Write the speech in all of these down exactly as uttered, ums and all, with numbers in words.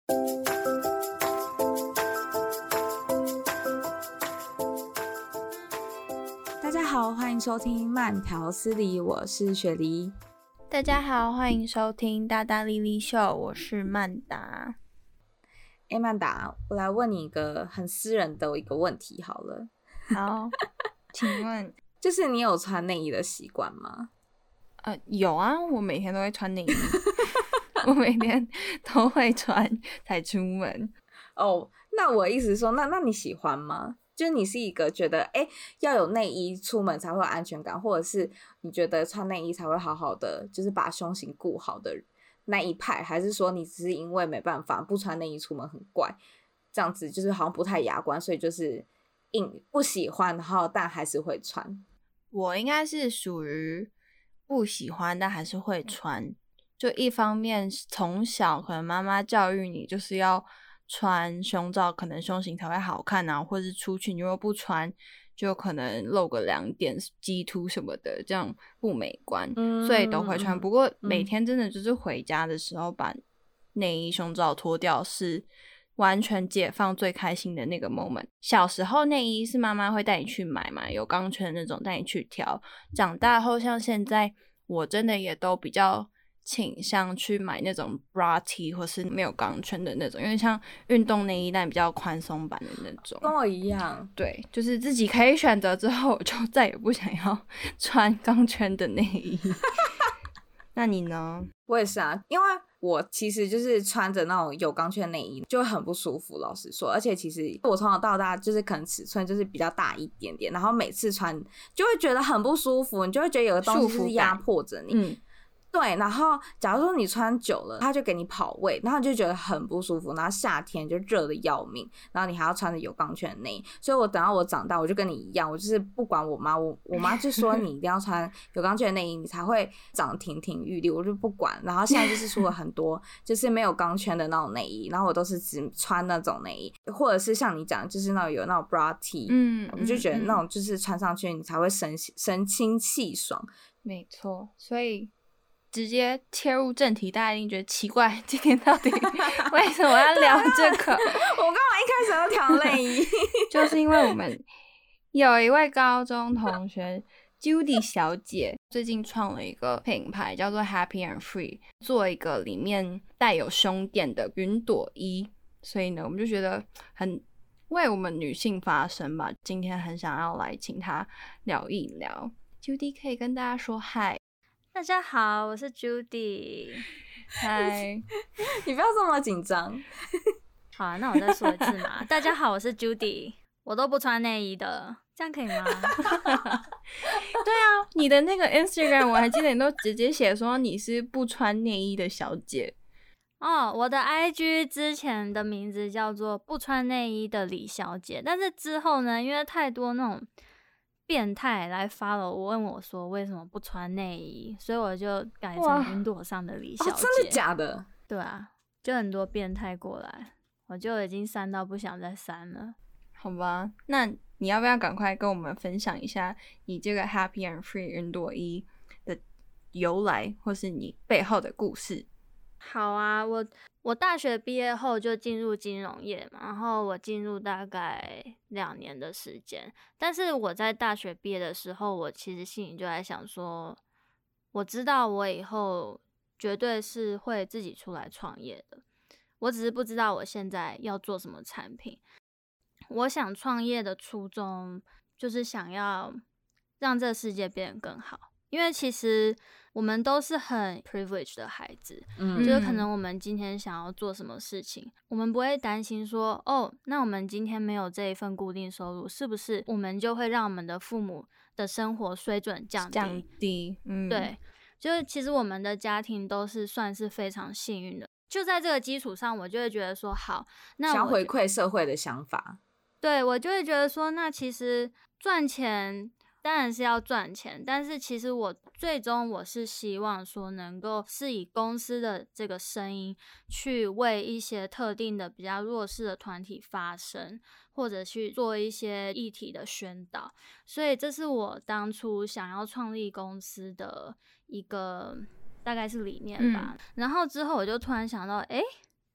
大家好，欢迎收听慢条斯理，我是雪梨。 大家好，欢迎收听大大莉莉秀，我是曼达。 哎，曼达，我来问你一个很私人的一个问题好了。 好，请问， 就是你有穿内衣的习惯吗？ 呃，有啊，我每天都会穿内衣，我每天都会穿才出门。 哦，那我意思是说，那那你喜欢吗？就是你是一个觉得哎要有内衣出门才会有安全感，或者是你觉得穿内衣才会好好的，就是把胸型顾好的那一派，还是说你只是因为没办法不穿内衣出门很怪，这样子就是好像不太雅观，所以就是硬不喜欢，然后但还是会穿？ 我应该是属于不喜欢但还是会穿，就一方面从小可能妈妈教育你就是要穿胸罩，可能胸型才会好看啊，或是出去你如果不穿就可能露个两点鸡突什么的，这样不美观，嗯、所以都会穿。不过每天真的就是回家的时候把内衣胸罩脱掉是完全解放最开心的那个 moment。 小时候内衣是妈妈会带你去买嘛，有钢圈的那种带你去挑，长大后像现在我真的也都比较倾向去买那种 bra T 或是没有钢圈的那种，因为像运动内衣但比较宽松版的那种。 跟我一样， 对，就是自己可以选择之后，我就再也不想要穿钢圈的内衣。那你呢？ 我也是啊，因为我其实就是穿着那种有钢圈内衣就会很不舒服，老实说。而且其实我从小到大就是可能尺寸就是比较大一点点，然后每次穿就会觉得很不舒服，你就会觉得有个东西是压迫着你。嗯，对，然后假如说你穿久了，它就给你跑位，然后你就觉得很不舒服，然后夏天就热的要命，然后你还要穿着有钢圈的内衣。所以我等到我长大，我就跟你一样，我就是不管我妈，我我妈就说你一定要穿有钢圈的内衣，你才会长得亭亭玉立，我就不管。然后现在就是出了很多就是没有钢圈的那种内衣，然后我都是只穿那种内衣，或者是像你讲就是那种有那种 bra T， 嗯，我就觉得那种就是穿上去你才会神神清气爽。 没错，所以直接切入正题，大家一定觉得奇怪，今天到底为什么要聊这个？ 我干嘛一开始要挑内衣？ 就是因为我们有一位高中同学 Judy 小姐，最近创了一个品牌叫做 Happy and Free， 做一个里面带有胸垫的云朵衣，所以呢，我们就觉得很为我们女性发声吧。今天很想要来请她聊一聊。Judy 可以跟大家说嗨。 大家好，我是 Judy。 嗨， 你不要这么紧张。 好啊，那我再说一次嘛。大家好，我是 Judy， 我都不穿内衣的，这样可以吗？ 对啊，你的那个 Instagram 我还记得你都直接写说你是不穿内衣的小姐。 哦，我的 I G 之前的名字叫做不穿内衣的李小姐，但是之后呢，因为太多那种变态来 follow 我，问我说为什么不穿内衣，所以我就改成云朵上的李小姐。 哦，真的假的？ 对啊，就很多变态过来，我就已经删到不想再删了。 好吧，那你要不要赶快跟我们分享一下你这个 Happy and Free 云朵衣的由来，或是你背后的故事？ 好啊，我我大学毕业后就进入金融业嘛，然后我进入大概两年的时间。但是我在大学毕业的时候，我其实心里就在想说，我知道我以后绝对是会自己出来创业的，我只是不知道我现在要做什么产品。我想创业的初衷就是想要让这个世界变得更好，因为其实我们都是很 privileged 的孩子，嗯，就是可能我们今天想要做什么事情，我们不会担心说，哦，那我们今天没有这一份固定收入，是不是我们就会让我们的父母的生活水准降低？ 降低，嗯， 对，就是其实我们的家庭都是算是非常幸运的。就在这个基础上，我就会觉得说，好，那我想回馈社会的想法。 对，我就会觉得说，那其实赚钱当然是要赚钱，但是其实我最终我是希望说能够是以公司的这个声音去为一些特定的比较弱势的团体发声，或者去做一些议题的宣导，所以这是我当初想要创立公司的一个大概是理念吧。嗯、然后之后我就突然想到，诶，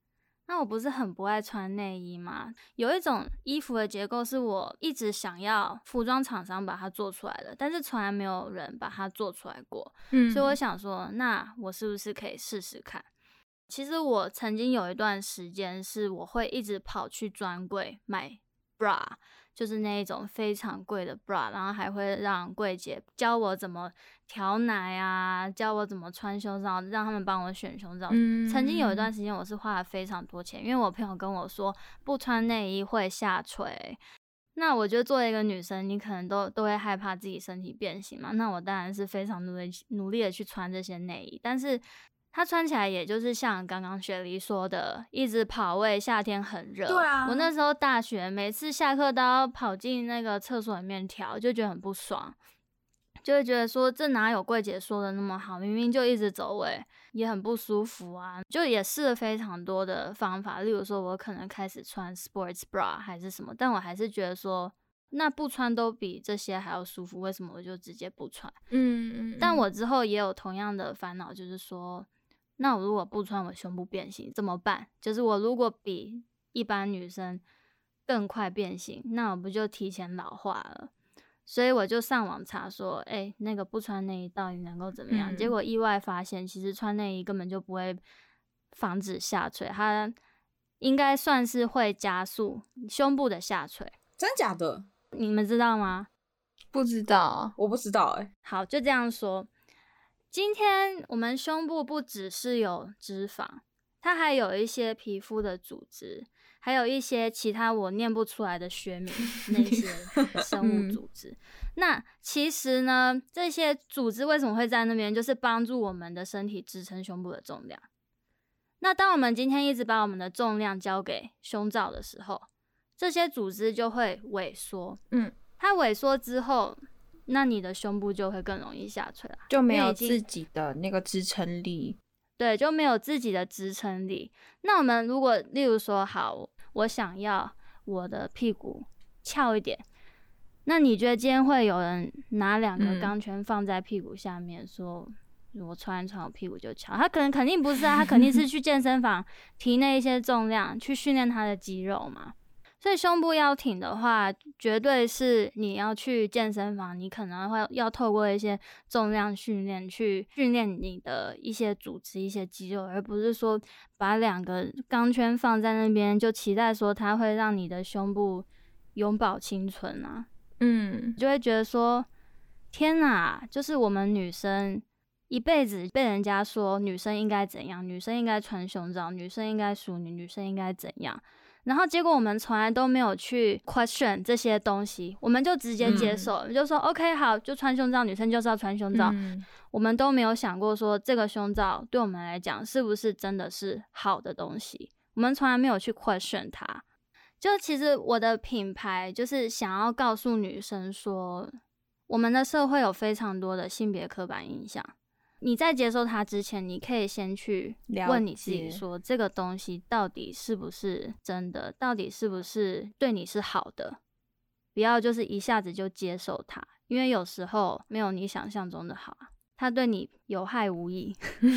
那我不是很不爱穿内衣吗？有一种衣服的结构是我一直想要服装厂商把它做出来的，但是从来没有人把它做出来过。嗯，所以我想说，那我是不是可以试试看？其实我曾经有一段时间是我会一直跑去专柜买 bra， 就是那一种非常贵的 bra， 然后还会让柜姐教我怎么调奶啊，教我怎么穿胸罩，让他们帮我选胸罩。嗯，曾经有一段时间我是花了非常多钱，因为我朋友跟我说不穿内衣会下垂。那我觉得作为一个女生，你可能都都会害怕自己身体变形嘛，那我当然是非常努力努力的去穿这些内衣，但是它穿起来也就是像刚刚雪梨说的，一直跑位，夏天很热。 对啊， 我那时候大学每次下课都要跑进那个厕所里面调，就觉得很不爽，就会觉得说这哪有柜姐说的那么好，明明就一直走位，也很不舒服啊。就也试了非常多的方法，例如说我可能开始穿 sports bra 还是什么，但我还是觉得说那不穿都比这些还要舒服，为什么我就直接不穿？嗯嗯嗯。但我之后也有同样的烦恼，就是说那我如果不穿我胸部变形怎么办？就是我如果比一般女生更快变形，那我不就提前老化了？所以我就上网查说，哎、欸，那个不穿内衣到底能够怎么样？嗯、结果意外发现，其实穿内衣根本就不会防止下垂，它应该算是会加速胸部的下垂。 真假的？ 你们知道吗？ 不知道， 我不知道哎、欸。 好，就这样说。今天我们胸部不只是有脂肪，它还有一些皮肤的组织，还有一些其他我念不出来的学名那些生物组织。嗯、那其实呢，这些组织为什么会在那边，就是帮助我们的身体支撑胸部的重量。那当我们今天一直把我们的重量交给胸罩的时候，这些组织就会萎缩。嗯，它萎缩之后，那你的胸部就会更容易下垂了， 就没有自己的那个支撑力。 对，就没有自己的支撑力。那我们如果例如说，好，我想要我的屁股翘一点，那你觉得今天会有人拿两个钢圈放在屁股下面说，嗯、我穿一穿我屁股就翘？他可能肯定不是啊，他肯定是去健身房提那一些重量去训练他的肌肉嘛。所以胸部要挺的话，绝对是你要去健身房，你可能会要透过一些重量训练去训练你的一些组织、一些肌肉，而不是说把两个钢圈放在那边就期待说它会让你的胸部永葆青春啊。嗯，就会觉得说天哪，就是我们女生一辈子被人家说女生应该怎样，女生应该穿胸罩，女生应该淑女，女生应该怎样，然后结果我们从来都没有去 question 这些东西，我们就直接接受，嗯、就说 OK 好，就穿胸罩，女生就是要穿胸罩。嗯、我们都没有想过说这个胸罩对我们来讲是不是真的是好的东西，我们从来没有去 question 它。就其实我的品牌就是想要告诉女生说，我们的社会有非常多的性别刻板印象。你在接受它之前，你可以先去问你自己说，这个东西到底是不是真的，到底是不是对你是好的，不要就是一下子就接受它，因为有时候没有你想象中的好，它对你有害无益。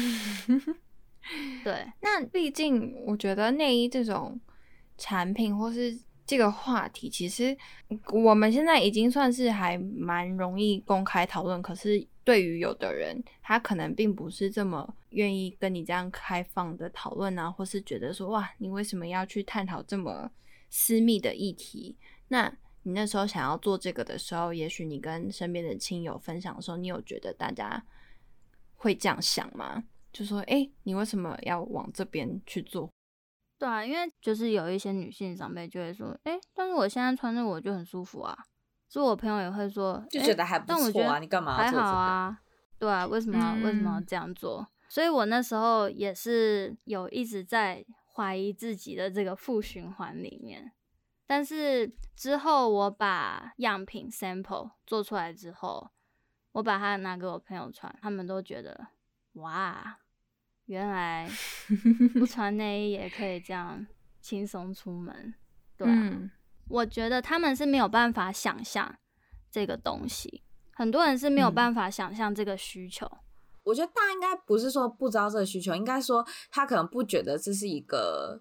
对， 那毕竟我觉得内衣这种产品或是这个话题，其实我们现在已经算是还蛮容易公开讨论，可是对于有的人，他可能并不是这么愿意跟你这样开放的讨论啊，或是觉得说哇，你为什么要去探讨这么私密的议题？那你那时候想要做这个的时候，也许你跟身边的亲友分享的时候，你有觉得大家会这样想吗？就说哎、欸，你为什么要往这边去做？ 对啊，因为就是有一些女性长辈就会说，哎、欸，但是我现在穿着我就很舒服啊。所以我朋友也会说， 就觉得还不错啊，你干嘛要做这个？ 还好啊，对啊，为什么要、嗯、为什么要这样做？所以我那时候也是有一直在怀疑自己的这个负循环里面。但是之后我把样品 sample 做出来之后，我把它拿给我朋友穿，他们都觉得哇，原来不穿内衣也可以这样轻松出门，对啊。嗯，我觉得他们是没有办法想象这个东西，很多人是没有办法想象这个需求。嗯、 我觉得大家应该不是说不知道这个需求，应该说他可能不觉得这是一个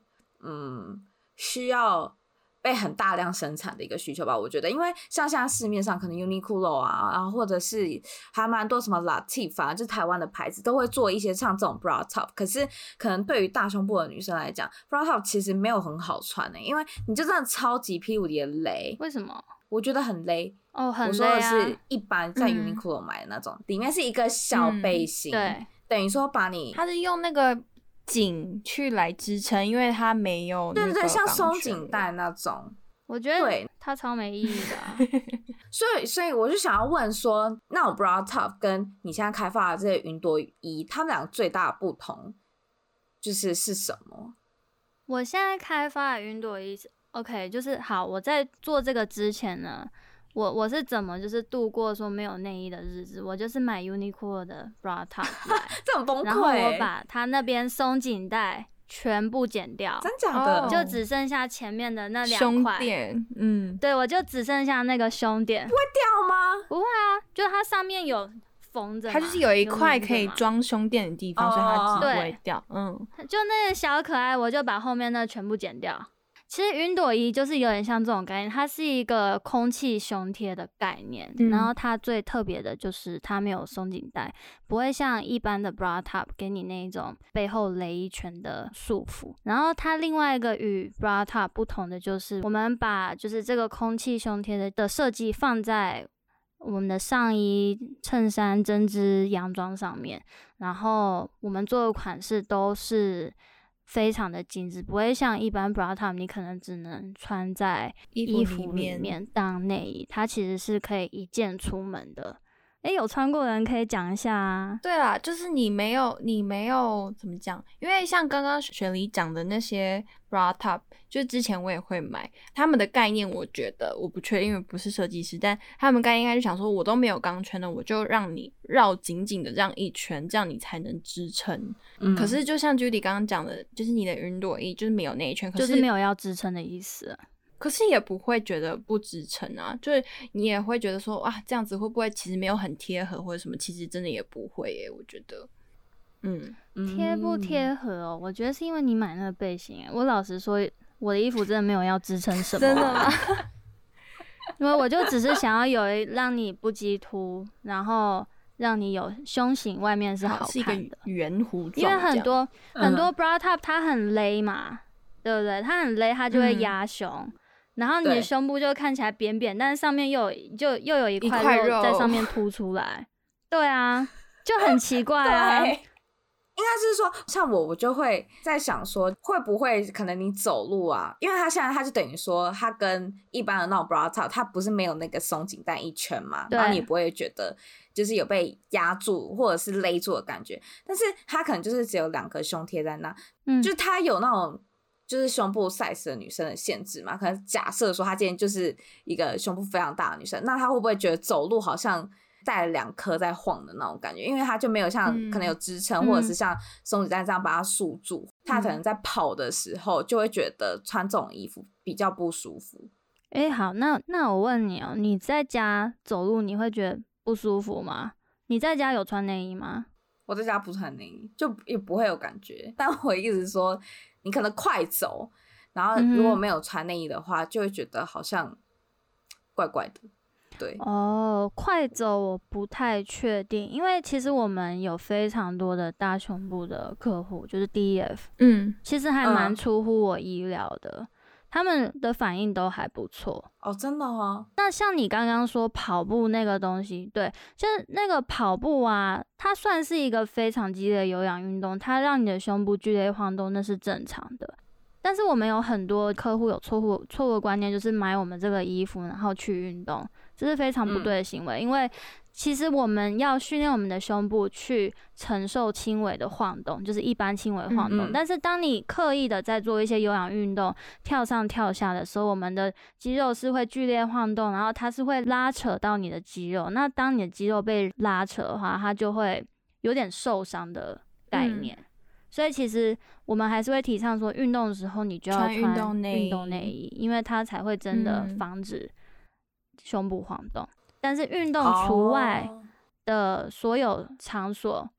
嗯需要被很大量生产的一个需求吧，我觉得，因为像现在市面上可能 Uniqlo 啊，然后或者是还蛮多什么 Latif 啊，就是台湾的牌子都会做一些像这种 bra top， 可是可能对于大胸部的女生来讲 bra top 其实没有很好穿的、欸，因为你就真的超级屁股的勒。 为什么？ 我觉得很勒。 哦，很勒啊！我说的是一般在 Uniqlo 买的那种，嗯、里面是一个小背心， 嗯、对， 等于说把你， 它是用那个颈去来支撑，因为它没有那个， 对对对，像松紧带那种。 我觉得它超没意义的、啊， 所以所以我就想要问说，那种 bra top 跟你现在开发的这些云朵衣，它们两个最大的不同就是是什么？ 我现在开发的云朵衣 ，OK， 就是好。我在做这个之前呢，我我是怎么就是度过说没有内衣的日子？我就是买 Uniqlo 的 bra top 来， 这很崩溃、欸。 然后我把它那边松紧带全部剪掉， 真假的， 就只剩下前面的那两块胸垫，嗯， 对，我就只剩下那个胸垫。 不会掉吗？ 不会啊，就它上面有缝着， 它就是有一块可以装胸垫的地方，所以它只不会掉。嗯， 就那个小可爱，我就把后面那全部剪掉。其实云朵衣就是有点像这种概念，它是一个空气胸贴的概念、嗯、然后它最特别的就是它没有松紧带，不会像一般的 bra top 给你那一种背后勒一圈的束缚。然后它另外一个与 bra top 不同的就是我们把就是这个空气胸贴的设计放在我们的上衣、衬衫、针织、洋装上面，然后我们做的款式都是非常的精致，不会像一般 bra top 你可能只能穿在衣服里面当内衣，它其实是可以一件出门的。诶，有穿过的人可以讲一下啊。 对啦，就是你没有你没有怎么讲，因为像刚刚雪梨讲的那些 bra top， 就是之前我也会买，他们的概念我觉得我不确定，因为不是设计师，但他们概念应该就想说，我都没有钢圈的，我就让你绕紧紧的这样一圈，这样你才能支撑、嗯、可是就像 Judy 刚刚讲的，就是你的云朵衣就是没有那一圈，可是就是没有要支撑的意思， 可是也不会觉得不支撑啊，就是你也会觉得说哇，这样子会不会其实没有很贴合或者什么，其实真的也不会耶，我觉得嗯， 贴不贴合哦，我觉得是因为你买那个背心耶，我老实说我的衣服真的没有要支撑什么， 真的吗？ 因为我就只是想要有一让你不激凸，然后让你有胸型外面是好看的， 是一个圆弧状， 因为很多、 嗯、 很多 bra top 它很勒嘛，对不对？它很勒，它就会压胸、嗯，然后你的胸部就看起来扁扁，但是上面又有就又有一块肉在上面凸出来，对啊，就很奇怪啊。 应该是说，像我，我就会在想说，会不会可能你走路啊，因为它现在它就等于说，它跟一般的那种 bra top， 它不是没有那个松紧带一圈嘛，然后你不会觉得就是有被压住或者是勒住的感觉，但是它可能就是只有两个胸贴在那，嗯，就是它有那种就是胸部 size 的女生的限制嘛，可能假设说她今天就是一个胸部非常大的女生，那她会不会觉得走路好像带了两颗在晃的那种感觉，因为它就没有像可能有支撑、嗯、或者是像松紧带这样把它束住，它、嗯、可能在跑的时候就会觉得穿这种衣服比较不舒服。 哎、欸，好，那那我问你哦、喔，你在家走路你会觉得不舒服吗？你在家有穿内衣吗？ 我在家不穿内衣，就也不会有感觉。但我一直说，你可能快走，然后如果没有穿内衣的话，就会觉得好像怪怪的。对哦，快走我不太确定，因为其实我们有非常多的大胸部的客户，就是 D F， 嗯，其实还蛮出乎我意料的、嗯，他们的反应都还不错。 哦，真的哦。 那像你刚刚说跑步那个东西，对，就是那个跑步啊，它算是一个非常激烈的有氧运动，它让你的胸部剧烈晃动，那是正常的。但是我们有很多客户有错误错误的观念，就是买我们这个衣服然后去运动，这是非常不对的行为、嗯、因为其实我们要训练我们的胸部去承受轻微的晃动，就是一般轻微晃动、嗯嗯、但是当你刻意的在做一些有氧运动，跳上跳下的时候，我们的肌肉是会剧烈晃动，然后它是会拉扯到你的肌肉，那当你的肌肉被拉扯的话，它就会有点受伤的概念、嗯，所以其实我们还是会提倡说，运动的时候你就要穿运动内衣，因为它才会真的防止胸部晃动。嗯、但是运动除外的所有场所，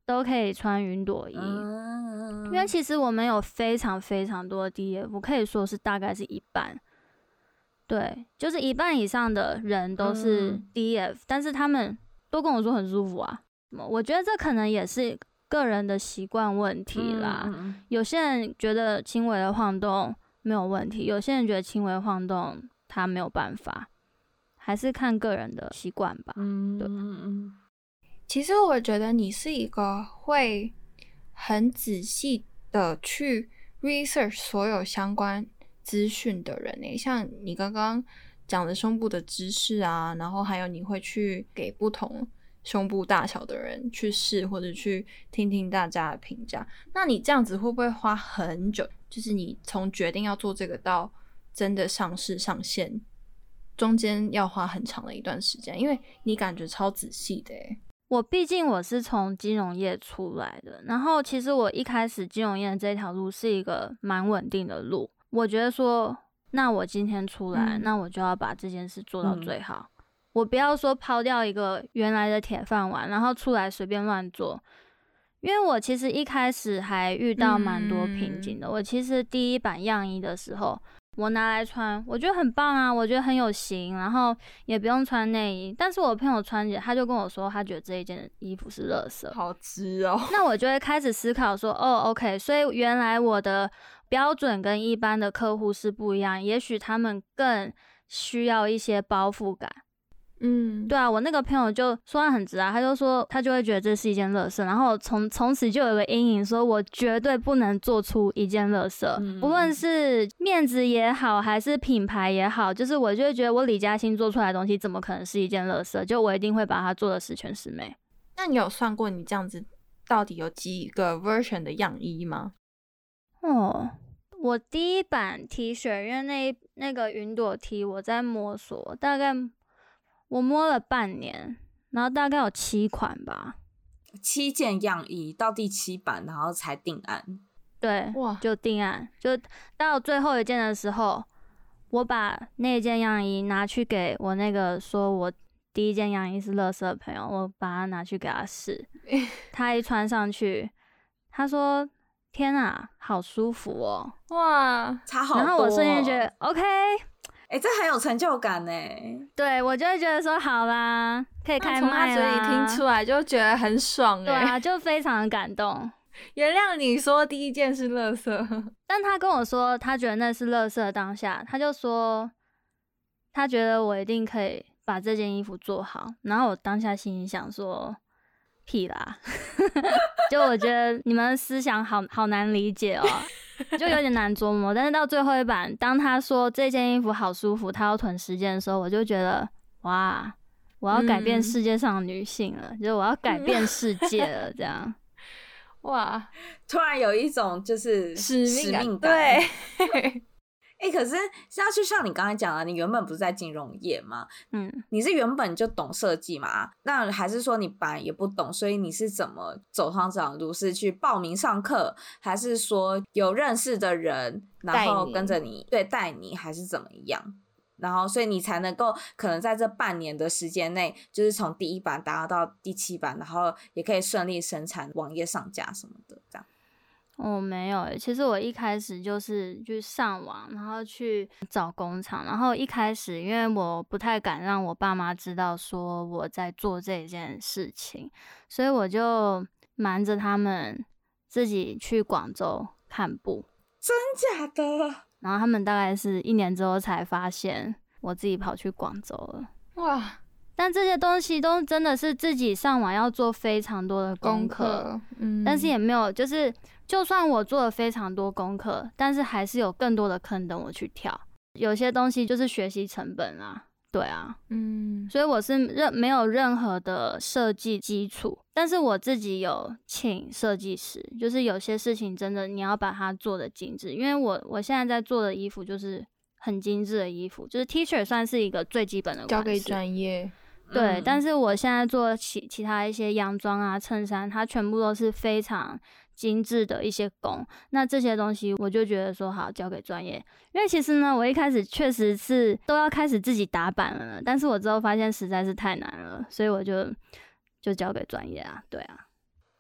都可以穿云朵衣， 嗯、 因为其实我们有非常非常多的 D F， 可以说是大概是一半，对，就是一半以上的人都是 D F，、嗯、但是他们都跟我说很舒服啊。我觉得这可能也是个人的习惯问题啦、嗯嗯，有些人觉得轻微的晃动没有问题，有些人觉得轻微晃动他没有办法，还是看个人的习惯吧。嗯，对。 其实我觉得你是一个会很仔细的去 research 所有相关资讯的人耶，像你刚刚讲的胸部的知识啊，然后还有你会去给不同胸部大小的人去试，或者去听听大家的评价。那你这样子会不会花很久？就是你从决定要做这个到真的上市上线，中间要花很长的一段时间，因为你感觉超仔细的耶。 我毕竟我是从金融业出来的，然后其实我一开始金融业的这条路是一个蛮稳定的路。我觉得说，那我今天出来、嗯，那我就要把这件事做到最好。嗯、我不要说抛掉一个原来的铁饭碗，然后出来随便乱做。因为我其实一开始还遇到蛮多瓶颈的、嗯。我其实第一版样衣的时候，我拿来穿，我觉得很棒啊，我觉得很有型，然后也不用穿内衣。但是我朋友穿着，他就跟我说，他觉得这一件衣服是垃圾。 好直哦。 那我就会开始思考说，哦 ，OK， 所以原来我的标准跟一般的客户是不一样，也许他们更需要一些包覆感。嗯，对啊，我那个朋友就说他很直啊，他就说他就会觉得这是一件垃圾，然后从从此就有个阴影，说我绝对不能做出一件垃圾、嗯，不论是面子也好，还是品牌也好，就是我就会觉得我李嘉欣做出来的东西怎么可能是一件垃圾？就我一定会把它做得十全十美。 那你有算过你这样子到底有几个 version 的样衣吗？ 哦，我第一版 T 恤，因为那那个云朵 T 我在摸索，大概。我摸了半年，然后大概有七款吧， 七件样衣到第七版，然后才定案。 对，就定案，就到最后一件的时候，我把那件样衣拿去给我那个说我第一件样衣是垃圾的朋友，我把它拿去给他试，他一穿上去，他说：“天啊，好舒服哦！” 哇， 差好多哦。 然后我瞬间觉得 OK。 哎、欸，这很有成就感耶。 对，我就会觉得说好啦，可以开卖啦。从他嘴里听出来就觉得很爽耶。 对啊，就非常感动。 原谅你说第一件是垃圾， 但他跟我说他觉得那是垃圾的当下，他就说他觉得我一定可以把这件衣服做好。然后我当下心里想说屁啦，就我觉得你们的思想好好难理解哦。就有点难捉摸，但是到最后一版，当他说这件衣服好舒服，他要囤十件的时候，我就觉得哇，我要改变世界上的女性了，嗯、就是我要改变世界了，这样。 哇， 突然有一种就是使命感， 命感对。 哎、欸，可是像就像你刚才讲的，你原本不是在金融业吗？ 嗯， 你是原本就懂设计嘛？那还是说你本来也不懂，所以你是怎么走上这条路？是去报名上课，还是说有认识的人，然后跟着你，对，带你，还是怎么样？然后，所以你才能够可能在这半年的时间内，就是从第一版达到第七版，然后也可以顺利生产网页上架什么的，这样。 我、哦、没有诶，其实我一开始就是去上网，然后去找工厂，然后一开始因为我不太敢让我爸妈知道说我在做这件事情，所以我就瞒着他们自己去广州看布。 真假的？ 然后他们大概是一年之后才发现我自己跑去广州了。 哇！ 但这些东西都真的是自己上网要做非常多的功课，嗯，但是也没有，就是就算我做了非常多功课，但是还是有更多的坑等我去跳。有些东西就是学习成本啊，对啊，嗯，所以我是任没有任何的设计基础，但是我自己有请设计师，就是有些事情真的你要把它做得精致，因为我我现在在做的衣服就是很精致的衣服，就是 T 恤算是一个最基本的款式， 交给专业。 对、 嗯， 但是我现在做其其他一些洋装啊、衬衫，它全部都是非常精致的一些工。那这些东西我就觉得说好交给专业，因为其实呢，我一开始确实是都要开始自己打版了，但是我之后发现实在是太难了，所以我就就交给专业啊，对啊。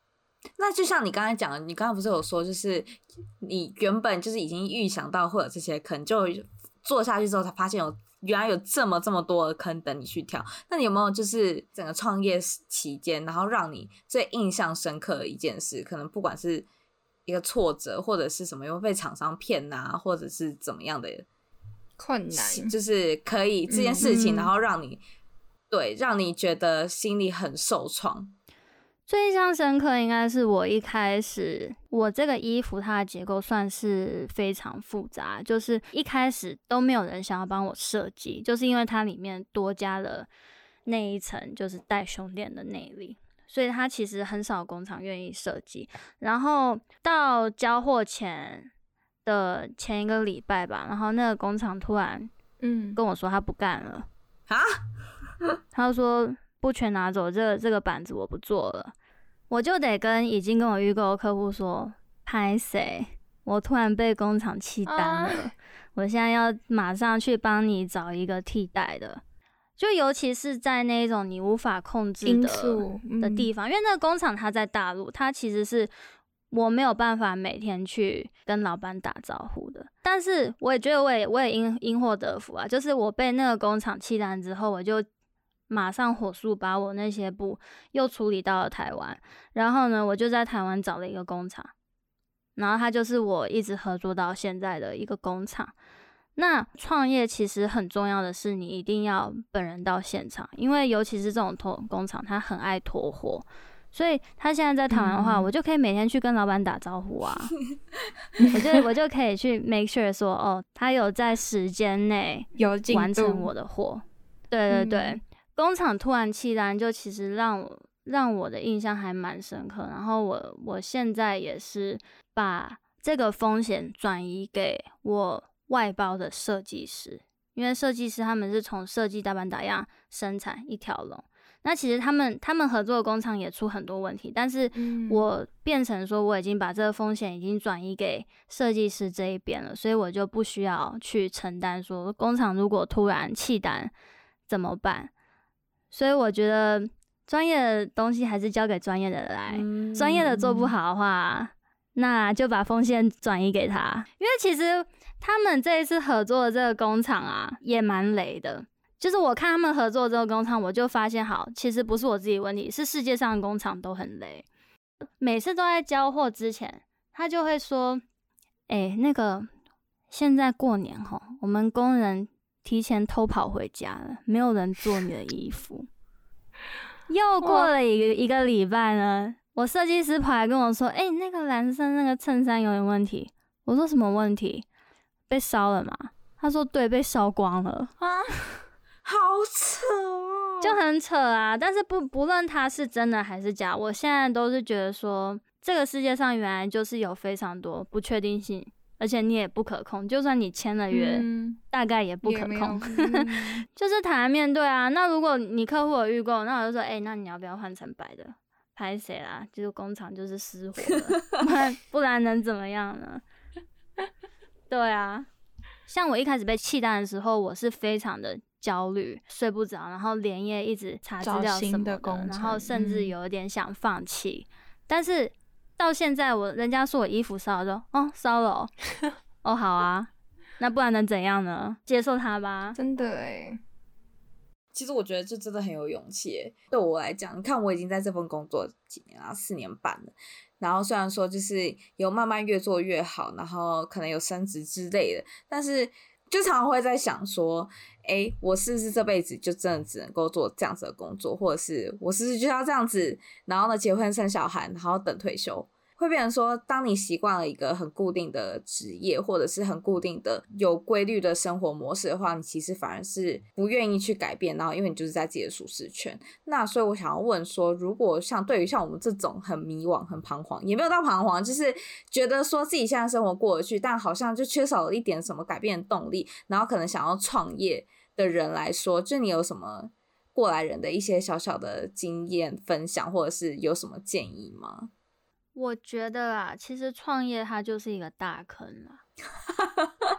那就像你刚才讲的，你刚才不是有说，就是你原本就是已经预想到会有这些坑，就做下去之后才发现有原来有这么这么多的坑等你去跳。那你有没有就是整个创业期间，然后让你最印象深刻的一件事，可能不管是一个挫折，或者是什么，有没有被厂商骗啊，或者是怎么样的困难， 就是可以这件事情， 嗯、 然后让你对让你觉得心里很受创。 最印象深刻应该是我一开始，我这个衣服它的结构算是非常复杂，就是一开始都没有人想要帮我设计，就是因为它里面多加了那一层就是带胸垫的内里，所以它其实很少工厂愿意设计。然后到交货前的前一个礼拜吧，然后那个工厂突然嗯跟我说他不干了啊，他说不全拿走这个这个板子我不做了。我就得跟已经跟我预购的客户说，拍谁？我突然被工厂弃单了，啊、我现在要马上去帮你找一个替代的。就尤其是在那种你无法控制的、嗯、的地方，因为那个工厂它在大陆，它其实是我没有办法每天去跟老板打招呼的。但是我也觉得我也我也因因祸得福啊，就是我被那个工厂弃单之后，我就马上火速把我那些布又处理到了台湾，然后呢，我就在台湾找了一个工厂，然后它就是我一直合作到现在的一个工厂。那创业其实很重要的是，你一定要本人到现场，因为尤其是这种拖工厂，他很爱拖货，所以他现在在台湾的话，嗯、我就可以每天去跟老板打招呼啊，我就我就可以去 make sure 说，哦，他有在时间内有完成我的货，对对对。嗯工厂突然弃单，就其实让我让我的印象还蛮深刻。然后我我现在也是把这个风险转移给我外包的设计师，因为设计师他们是从设计打板打样生产一条龙。那其实他们他们合作的工厂也出很多问题，但是我变成说我已经把这个风险已经转移给设计师这一边了，所以我就不需要去承担说工厂如果突然弃单怎么办。所以我觉得专业的东西还是交给专业的人来，专、嗯、业的做不好的话，那就把风险转移给他。因为其实他们这一次合作的这个工厂啊，也蛮雷的。就是我看他们合作的这个工厂，我就发现好，其实不是我自己的问题，是世界上的工厂都很雷。每次都在交货之前，他就会说：“哎、欸，那个现在过年齁，我们工人提前偷跑回家了，没有人做你的衣服。”又过了一个一个礼拜呢，我设计师跑来跟我说：“哎、欸，那个蓝色那个衬衫有点问题。”我说：“什么问题？被烧了吗？”他说：“对，被烧光了。”啊， 好扯哦， 就很扯啊！但是不不论它是真的还是假，我现在都是觉得说，这个世界上原来就是有非常多不确定性。而且你也不可控，就算你签了约、嗯，大概也不可控。嗯、就是坦然面对啊。那如果你客户有预购，那我就说，哎、欸，那你要不要换成白的？拍谁啦？就是工厂就是失火了，不然不然能怎么样呢？对啊，像我一开始被弃单的时候，我是非常的焦虑，睡不着，然后连夜一直查资料什么的，的然后甚至有点想放弃、嗯，但是。到现在我人家说我衣服烧了，哦烧了哦，哦好啊，那不然能怎样呢？接受它吧。 真的耶。 其实我觉得这真的很有勇气耶。对我来讲，你看我已经在这份工作几年了，四年半了。然后虽然说就是有慢慢越做越好，然后可能有升职之类的，但是就常常会在想说，哎，我是不是这辈子就真的只能够做这样子的工作，或者是我是不是就要这样子，然后呢结婚生小孩，然后等退休。会变成说，当你习惯了一个很固定的职业，或者是很固定的有规律的生活模式的话，你其实反而是不愿意去改变，然后因为你就是在自己的舒适圈。那所以我想要问说，如果像对于像我们这种很迷惘很彷徨，也没有到彷徨，就是觉得说自己现在生活过得去，但好像就缺少了一点什么改变的动力，然后可能想要创业的人来说，就你有什么过来人的一些小小的经验分享，或者是有什么建议吗？ 我觉得啊，其实创业它就是一个大坑啦。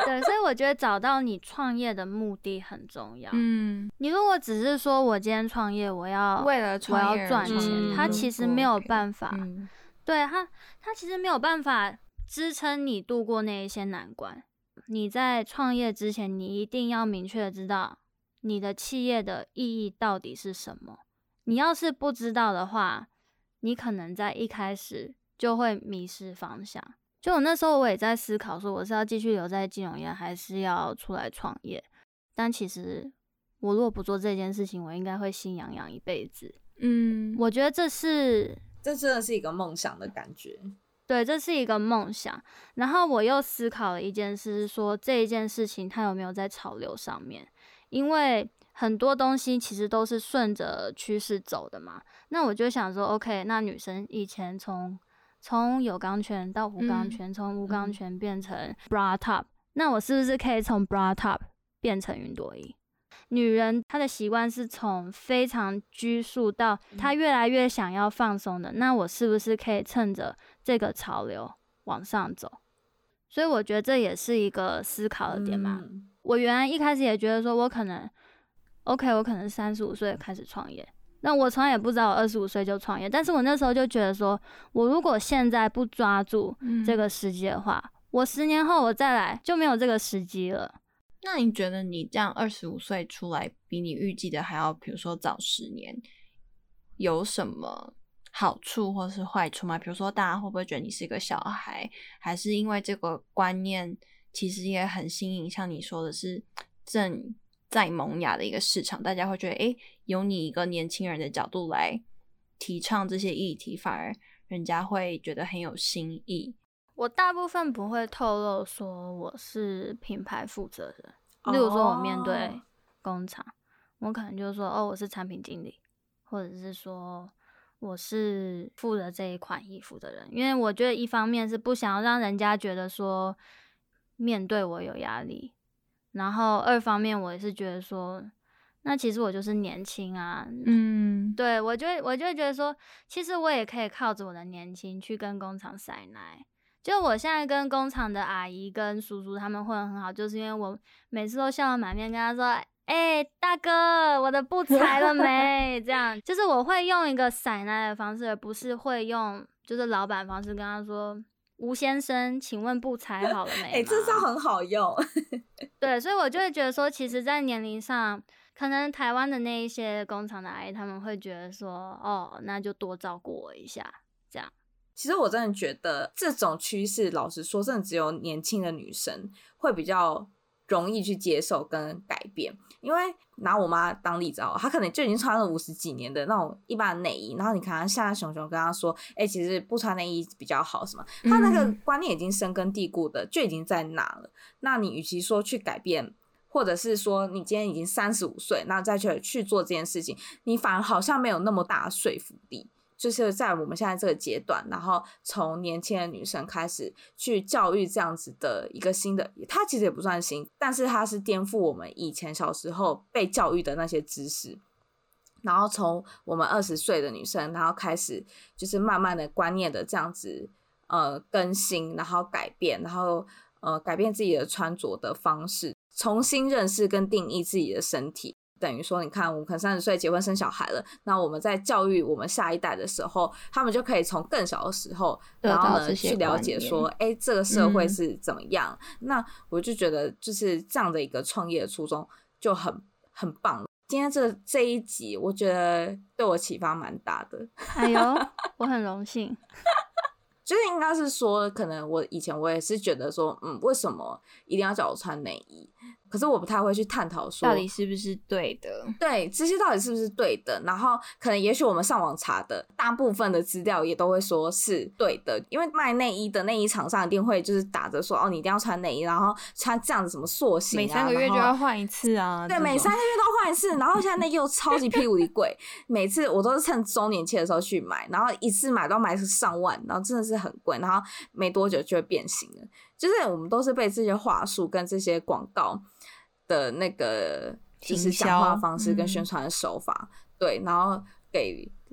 对，所以我觉得找到你创业的目的很重要。 嗯， 你如果只是说我今天创业，我要为了创业我要赚钱， 嗯他其实没有办法， 嗯、 对他他其实没有办法支撑你度过那一些难关。你在创业之前，你一定要明确的知道你的企业的意义到底是什么。你要是不知道的话，你可能在一开始就会迷失方向。就我那时候我也在思考说，我是要继续留在金融业，还是要出来创业。但其实我如果不做这件事情，我应该会心痒痒一辈子。 嗯， 我觉得这是这真的是一个梦想的感觉。 对，这是一个梦想。然后我又思考了一件事，是说这一件事情它有没有在潮流上面？因为很多东西其实都是顺着趋势走的嘛。那我就想说 ，OK， 那女生以前从从有钢圈到无钢圈，从、嗯、无钢圈变成 bra top，、嗯、那我是不是可以从 bra top 变成云朵衣？女人她的习惯是从非常拘束到她越来越想要放松的，那我是不是可以趁着这个潮流往上走？所以我觉得这也是一个思考的点嘛。嗯、我原来一开始也觉得说我可能 OK， 我可能三十五岁开始创业，那我从来也不知道我二十五岁就创业，但是我那时候就觉得说，我如果现在不抓住这个时机的话，嗯、我十年后我再来就没有这个时机了。 那你觉得你这样二十五岁出来，比你预计的还要，比如说早十年，有什么好处或是坏处吗？比如说大家会不会觉得你是一个小孩，还是因为这个观念其实也很新颖，像你说的是正在萌芽的一个市场，大家会觉得诶，有你一个年轻人的角度来提倡这些议题，反而人家会觉得很有新意。 我大部分不会透露说我是品牌负责人，例如说我面对工厂，我可能就说哦我是产品经理，或者是说我是负责这一款衣服的人，因为我觉得一方面是不想要让人家觉得说面对我有压力，然后二方面我也是觉得说那其实我就是年轻啊，嗯，对，我就我就会觉得说其实我也可以靠着我的年轻去跟工厂塞奶。就我现在跟工厂的阿姨跟叔叔他们混得很好，就是因为我每次都笑容满面跟他说哎、欸，大哥我的布裁了没这样就是我会用一个塞奶的方式，而不是会用就是老板方式跟他说吴先生请问布裁好了没？哎、 欸，这招很好用对，所以我就会觉得说其实在年龄上可能台湾的那一些工厂的阿姨他们会觉得说哦那就多照顾我一下这样。 其实我真的觉得这种趋势老实说真的只有年轻的女生会比较容易去接受跟改变，因为拿我妈当例子好了，她可能就已经穿了五十几年的那种一般的内衣，然后你看现在熊熊跟她说哎、欸，其实不穿内衣比较好什么，她那个观念已经深根蒂固的就已经在那了。那你与其说去改变，或者是说你今天已经三十五岁那再去去做这件事情，你反而好像没有那么大的说服力。就是在我们现在这个阶段，然后从年轻的女生开始去教育这样子的一个新的，它其实也不算新，但是它是颠覆我们以前小时候被教育的那些知识，然后从我们二十岁的女生，然后开始就是慢慢的观念的这样子呃更新，然后改变，然后呃改变自己的穿着的方式，重新认识跟定义自己的身体。等于说你看我们可能三十岁结婚生小孩了，那我们在教育我们下一代的时候，他们就可以从更小的时候然后呢去了解说哎、欸，这个社会是怎么样、嗯、那我就觉得就是这样的一个创业的初衷就很很棒。今天这这一集我觉得对我启发蛮大的。 哎呦我很荣幸就是应该是说可能我以前我也是觉得说嗯，为什么一定要叫我穿内衣，可是我不太会去探讨说到底是不是对的， 对这些到底是不是对的，然后可能也许我们上网查的大部分的资料也都会说是对的，因为卖内衣的内衣厂商一定会就是打着说哦你一定要穿内衣，然后穿这样子什么塑形啊， 每三个月就要换一次啊， 对，每三个月都换一次，然后现在内衣又超级屁股里贵每次我都是趁周年庆的时候去买，然后一次买都买上万，然后真的是很贵，然后没多久就会变形了。就是我们都是被这些话术跟这些广告的那个就是讲话方式跟宣传的手法、嗯、对，然后给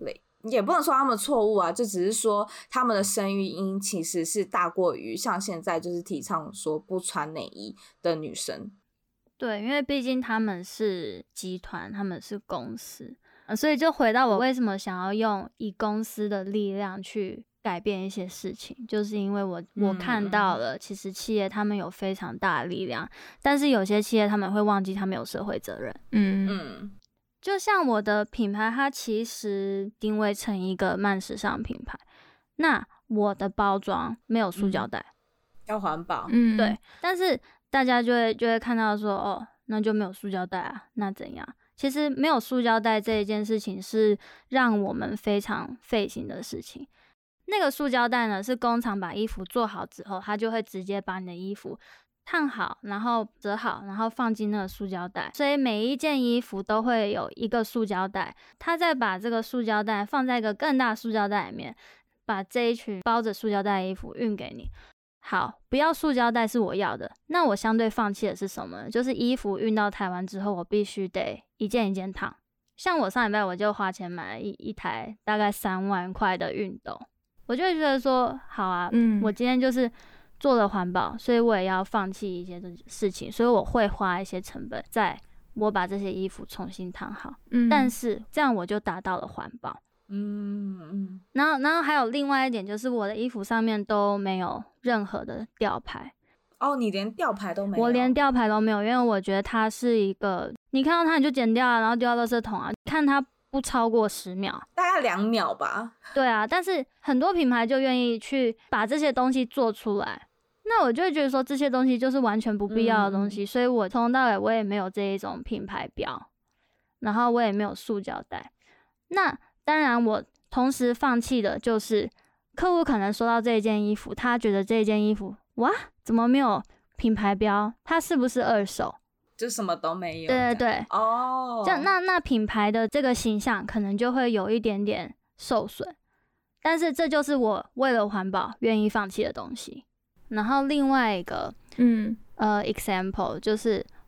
也不能说他们错误啊，就只是说他们的生育因其实是大过于像现在就是提倡说不穿内衣的女生。 对，因为毕竟他们是集团，他们是公司，呃、所以就回到我为什么想要用以公司的力量去改变一些事情，就是因为我我看到了，其实企业他们有非常大的力量，但是有些企业他们会忘记他们有社会责任。 嗯嗯， 就像我的品牌，它其实定位成一个慢时尚品牌，那我的包装没有塑胶袋， 嗯，要环保， 嗯， 对，但是大家就会就会看到说，哦，那就没有塑胶袋啊，那怎样？其实没有塑胶袋这一件事情是让我们非常费心的事情。那个塑胶袋呢，是工厂把衣服做好之后，他就会直接把你的衣服烫好，然后折好，然后放进那个塑胶袋，所以每一件衣服都会有一个塑胶袋，他再把这个塑胶袋放在一个更大塑胶袋里面，把这一群包着塑胶袋的衣服运给你。好，不要塑胶袋是我要的，那我相对放弃的是什么呢？就是衣服运到台湾之后，我必须得一件一件烫。像我上礼拜我就花钱买了一一台大概三万块的熨斗，我就会觉得说，好啊，嗯，我今天就是做了环保，所以我也要放弃一些事情，所以我会花一些成本在我把这些衣服重新烫好，嗯，但是这样我就达到了环保。 嗯嗯， 然后然后还有另外一点就是我的衣服上面都没有任何的吊牌。 哦，你连吊牌都没有？ 我连吊牌都没有，因为我觉得它是一个，你看到它你就剪掉啊，然后丢到垃圾桶啊，看它不超过十秒， 大概两秒吧。 对啊，但是很多品牌就愿意去把这些东西做出来，那我就会觉得说这些东西就是完全不必要的东西，嗯，所以我从头到尾我也没有这一种品牌标，然后我也没有塑胶袋。那当然我同时放弃的就是客户可能收到这一件衣服，他觉得这一件衣服哇怎么没有品牌标，它是不是二手， 就什么都没有。 对对对， 哦， 这样那那品牌的这个形象可能就会有一点点受损，但是这就是我为了环保愿意放弃的东西。然后另外一个嗯呃 example 就是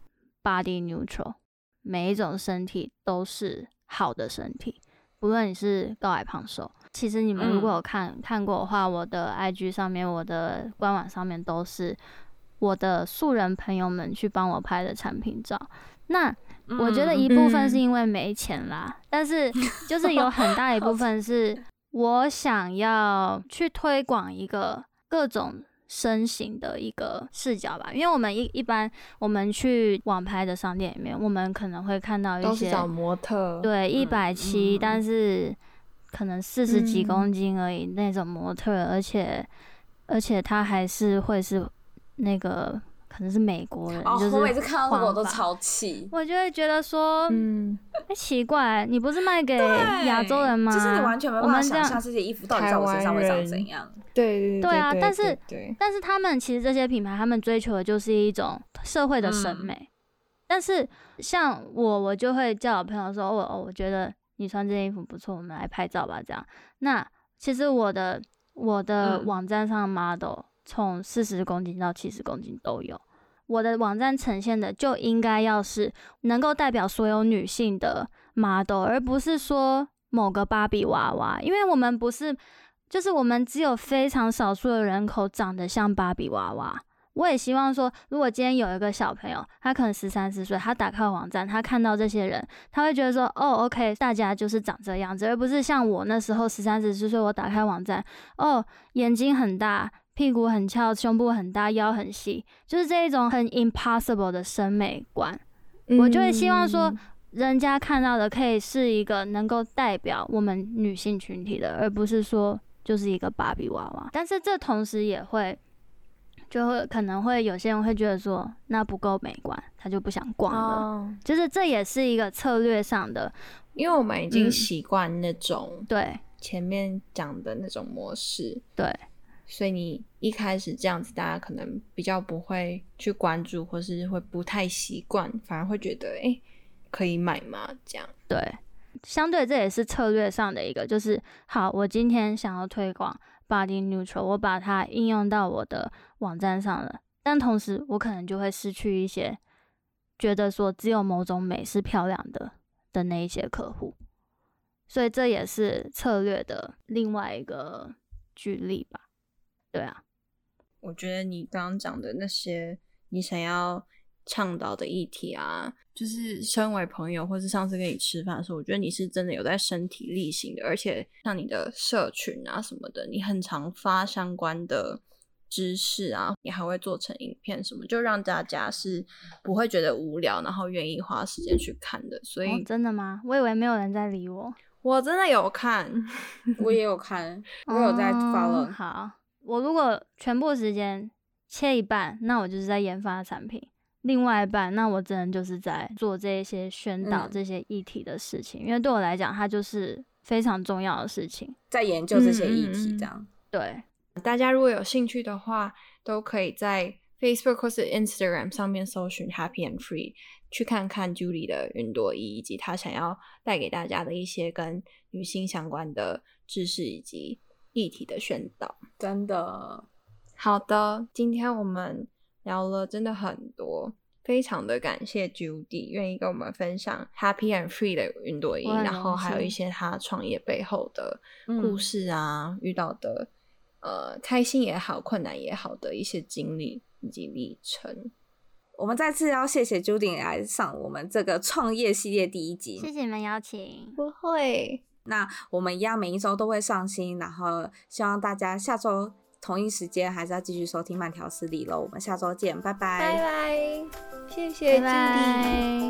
body neutral， 每一种身体都是好的身体，不论你是高矮胖瘦。其实你们如果有看、嗯、看过的话，我的 I G 上面我的官网上面都是我的素人朋友们去帮我拍的产品照。那我觉得一部分是因为没钱啦、嗯、但是就是有很大一部分是我想要去推广一个各种身形的一个视角吧，因为我们一一般我们去网拍的商店里面，我们可能会看到一些都是找模特， 对一百七，但是可能四十几公斤而已、嗯、那种模特，而且而且他还是会是那个可能是美国人， 哦， 就是我每次看到这个我都超气， 我就会觉得说，嗯，哎、欸，奇怪，你不是卖给亚洲人吗？ 就是你完全没办法想象这些衣服到底在我身上会长怎样。 对对对对啊，但是对但是他们其实这些品牌，他们追求的就是一种社会的审美。嗯、但是像我，我就会叫我朋友说，我、哦、我觉得你穿这件衣服不错，我们来拍照吧，这样。那其实我的我的网站上的 model 从四十公斤到七十公斤都有。我的网站呈现的就应该要是能够代表所有女性的 model， 而不是说某个芭比娃娃，因为我们不是，就是我们只有非常少数的人口长得像芭比娃娃。我也希望说，如果今天有一个小朋友，他可能十三四岁，他打开网站，他看到这些人，他会觉得说，哦 ，OK， 大家就是长这样子，而不是像我那时候十三四岁，我打开网站，哦，眼睛很大，屁股很翘，胸部很大，腰很细，就是这一种很 impossible 的审美观、嗯、我就会希望说人家看到的可以是一个能够代表我们女性群体的，而不是说就是一个芭比娃娃。但是这同时也会就会可能会有些人会觉得说那不够美观，他就不想逛了、哦、就是这也是一个策略上的， 因为我们已经习惯那种、 嗯、对前面讲的那种模式， 对， 所以你一开始这样子，大家可能比较不会去关注，或是会不太习惯，反而会觉得，哎、欸，可以买吗？这样。 对，相对这也是策略上的一个，就是好，我今天想要推广 body neutral， 我把它应用到我的网站上了，但同时我可能就会失去一些觉得说只有某种美是漂亮的的那一些客户。 所以这也是策略的另外一个举例吧。对啊， 我觉得你刚刚讲的那些你想要倡导的议题啊，就是身为朋友或是上次跟你吃饭的时候，我觉得你是真的有在身体力行的，而且像你的社群啊什么的，你很常发相关的知识啊，你还会做成影片什么，就让大家是不会觉得无聊，然后愿意花时间去看的。所以、 哦、真的吗？我以为没有人在理我。 我真的有看我也有看，我有在 follow、 嗯、好，我如果全部时间切一半，那我就是在研发产品，另外一半那我真的就是在做这些宣导这些议题的事情、嗯、因为对我来讲它就是非常重要的事情， 在研究这些议题这样、嗯、 对。 大家如果有兴趣的话，都可以在 Facebook 或是 Instagram 上面搜寻 Happy and Free， 去看看 Julie 的云朵衣以及她想要带给大家的一些跟女性相关的知识以及议题的宣导。 真的好的，今天我们聊了真的很多，非常的感谢 Judy 愿意跟我们分享 Happy and Free 的云朵衣，然后还有一些她创业背后的故事啊、嗯、遇到的呃，开心也好困难也好的一些经历以及历程。 我们再次要谢谢 Judy 来上我们这个创业系列第一集， 谢谢你们邀请。 不会， 那我们一样每一周都会上新，然后希望大家下周同一时间还是要继续收听慢条斯理咯。我们下周见，拜拜拜拜，谢谢 Judy。